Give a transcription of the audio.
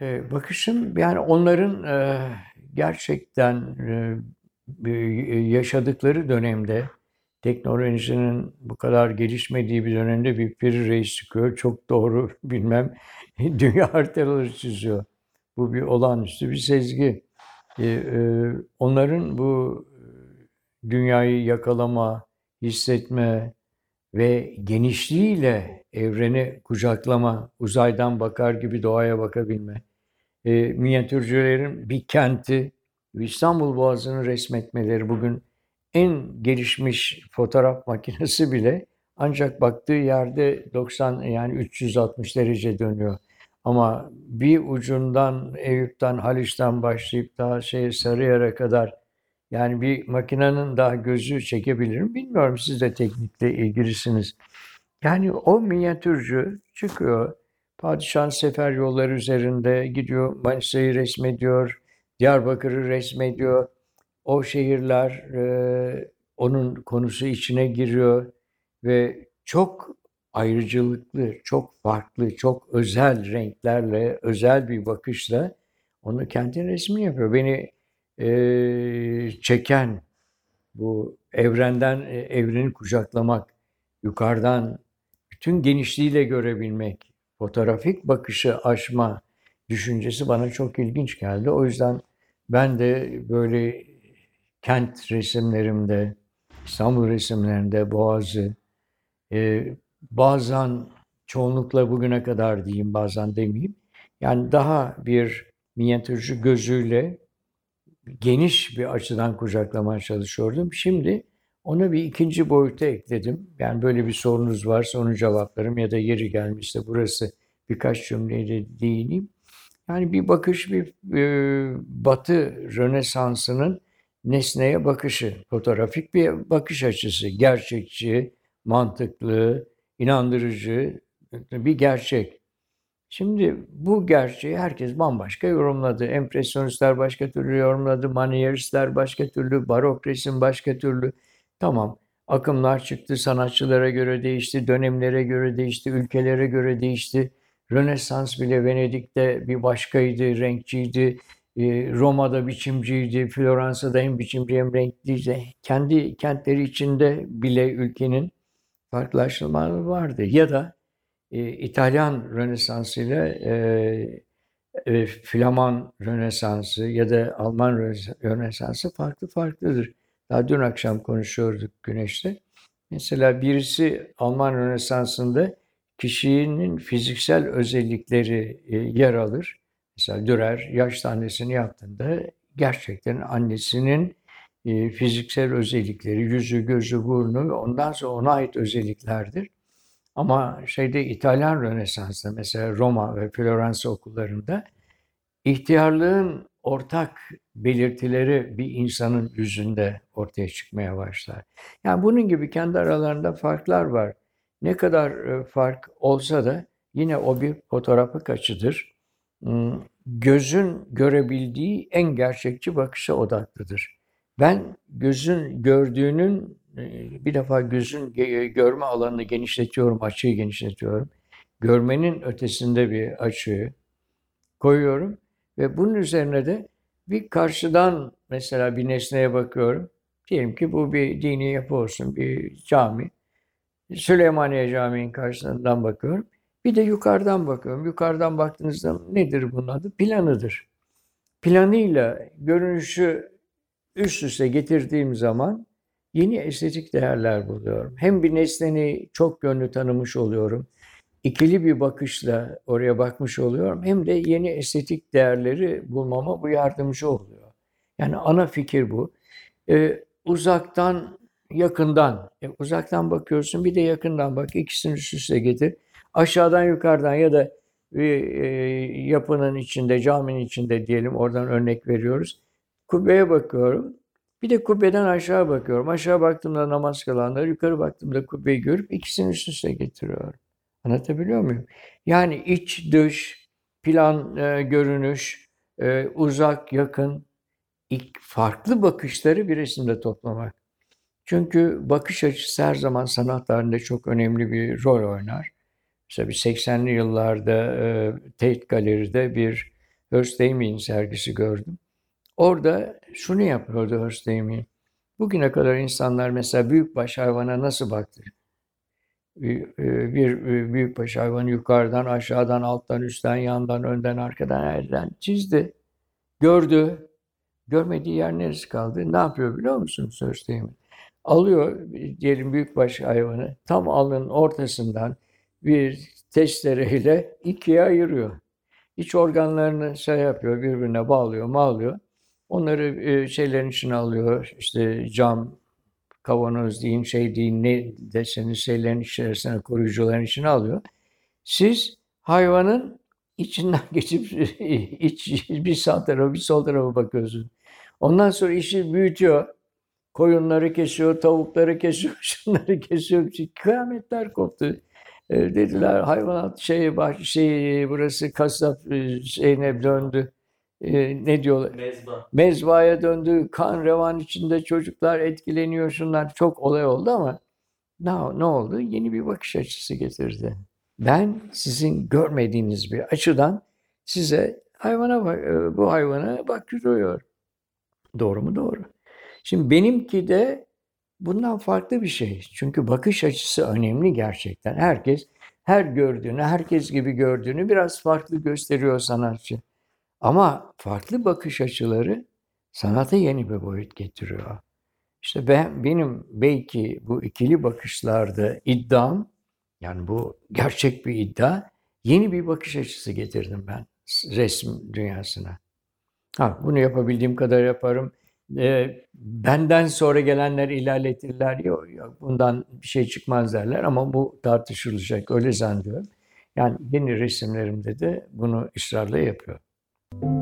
Bakışım, yani, onların, gerçekten, yaşadıkları dönemde, teknolojinin bu kadar gelişmediği bir dönemde bir Piri Reis çıkıyor. Çok doğru, bilmem, dünya haritaları çiziyor. Bu bir olağanüstü bir sezgi. Onların bu dünyayı yakalama, hissetme ve genişliğiyle evreni kucaklama, uzaydan bakar gibi doğaya bakabilme, minyatürcülerin bir kenti, İstanbul Boğazı'nı resmetmeleri, bugün en gelişmiş fotoğraf makinesi bile ancak baktığı yerde 90, yani 360 derece dönüyor. Ama bir ucundan Eyüp'ten, Haliç'ten başlayıp daha Sarıyer'e kadar, yani bir makinenin daha gözü çekebilir mi bilmiyorum. Siz de teknikle ilgilisiniz. Yani o minyatürcü çıkıyor, padişahın sefer yolları üzerinde gidiyor, Manisa'yı resmediyor, Diyarbakır'ı resmediyor. O şehirler, onun konusu içine giriyor ve çok ayrıcalıklı, çok farklı, çok özel renklerle, özel bir bakışla onu kendi resmini yapıyor. Beni çeken bu evrenden, evreni kucaklamak, yukarıdan bütün genişliğiyle görebilmek, fotoğrafik bakışı aşma düşüncesi bana çok ilginç geldi. O yüzden ben de böyle kent resimlerimde, İstanbul resimlerinde Boğaz'ı, bazen, çoğunlukla bugüne kadar diyeyim, bazen demeyeyim, yani daha bir minyatürcü gözüyle geniş bir açıdan kucaklamaya çalışıyordum. Şimdi ona bir ikinci boyuta ekledim. Yani böyle bir sorunuz varsa onu cevaplarım ya da yeri gelmişse burası birkaç cümleyle değineyim. Yani bir bakış, bir Batı Rönesansı'nın nesneye bakışı, fotoğrafik bir bakış açısı, gerçekçi, mantıklı, inandırıcı bir gerçek. Şimdi bu gerçeği herkes bambaşka yorumladı. Empresyonistler başka türlü yorumladı, Manieristler başka türlü, barok resim başka türlü. Tamam, akımlar çıktı, sanatçılara göre değişti, dönemlere göre değişti, ülkelere göre değişti. Rönesans bile Venedik'te bir başkaydı, renkçiydi. Roma'da biçimciydi, Floransa'da hem biçimci hem renkliydi. Kendi kentleri içinde bile ülkenin farklılaşmaları vardı. Ya da İtalyan Rönesansı ile Flaman Rönesansı ya da Alman Rönesansı farklı farklıdır. Daha dün akşam konuşuyorduk Güneş'le. Mesela birisi Alman Rönesansı'nda kişinin fiziksel özellikleri yer alır. Mesela Dürer yaş tanesini yaptığında gerçekten annesinin fiziksel özellikleri, yüzü, gözü, burnu, ondan sonra ona ait özelliklerdir. Ama İtalyan Rönesans'ta, mesela Roma ve Floransa okullarında, ihtiyarlığın ortak belirtileri bir insanın yüzünde ortaya çıkmaya başlar. Yani bunun gibi kendi aralarında farklar var. Ne kadar fark olsa da yine o bir fotoğrafik açıdır. Gözün görebildiği en gerçekçi bakışa odaklıdır. Ben gözün gördüğünün, bir defa gözün görme alanını genişletiyorum, açıyı genişletiyorum. Görmenin ötesinde bir açıyı koyuyorum ve bunun üzerine de bir karşıdan mesela bir nesneye bakıyorum. Diyelim ki bu bir dini yapı olsun, bir cami. Süleymaniye Camii'nin karşısından bakıyorum. Bir de yukarıdan bakıyorum. Yukarıdan baktığınızda nedir bunun adı? Planıdır. Planıyla görünüşü üst üste getirdiğim zaman yeni estetik değerler buluyorum. Hem bir nesneyi çok yönlü tanımış oluyorum. İkili bir bakışla oraya bakmış oluyorum. Hem de yeni estetik değerleri bulmama bu yardımcı oluyor. Yani ana fikir bu. Uzaktan, yakından. Uzaktan bakıyorsun, bir de yakından bak. İkisini üst üste getir. Aşağıdan, yukarıdan ya da bir yapının içinde, caminin içinde diyelim, oradan örnek veriyoruz. Kubbeye bakıyorum. Bir de kubbeden aşağı bakıyorum. Aşağı baktığımda namaz kılanlar, yukarı baktığımda kubbeyi görüp ikisini üst üste getiriyorum. Anlatabiliyor muyum? Yani iç, dış, plan, görünüş, uzak, yakın, farklı bakışları bir resimde toplamak. Çünkü bakış açısı her zaman sanat tarihinde çok önemli bir rol oynar. Mesela bir 80'li yıllarda Tate Galeri'de bir Ernst Damien sergisi gördüm. Orada şunu yapıyordu Ernst Damien. Bugüne kadar insanlar mesela büyükbaş hayvana nasıl baktı? Bir büyükbaş hayvanı yukarıdan, aşağıdan, alttan, üstten, yandan, önden, arkadan, elden çizdi. Gördü. Görmediği yer neresi kaldı? Ne yapıyor biliyor musun Ernst Damien? Alıyor diyelim büyükbaş hayvanı tam alnının ortasından bir testereyle ikiye ayırıyor. İç organlarını şey yapıyor, birbirine bağlıyor. Onları şeylerin içine alıyor. İşte cam, kavanoz deyin, şey deyin, ne deseniz şeylerin içerisine, koruyucuların içine alıyor. Siz hayvanın içinden geçip bir sağ tarafa bir sol tarafa bakıyorsunuz. Ondan sonra işi büyütüyor. Koyunları kesiyor, tavukları kesiyor, şunları kesiyor. Kıyametler koptu. Dediler hayvanat burası kasap şeyine döndü. Ne diyorlar? Mezbaya döndü. Kan revan içinde çocuklar etkileniyor. Şunlar çok olay oldu ama ne oldu? Yeni bir bakış açısı getirdi. Ben sizin görmediğiniz bir açıdan size bu hayvana bakıyor. Doğru mu? Doğru. Şimdi benimki de bundan farklı bir şey. Çünkü bakış açısı önemli gerçekten. Herkes gibi gördüğünü biraz farklı gösteriyor sanatçı. Ama farklı bakış açıları sanata yeni bir boyut getiriyor. İşte benim belki bu ikili bakışlarda iddiam, yani bu gerçek bir iddia, yeni bir bakış açısı getirdim ben resim dünyasına. Bunu yapabildiğim kadar yaparım. Benden sonra gelenler ilerletirler. Yok, bundan bir şey çıkmaz derler ama bu tartışılacak, öyle zannediyorum. Yani yeni resimlerimde de bunu ısrarla yapıyorum.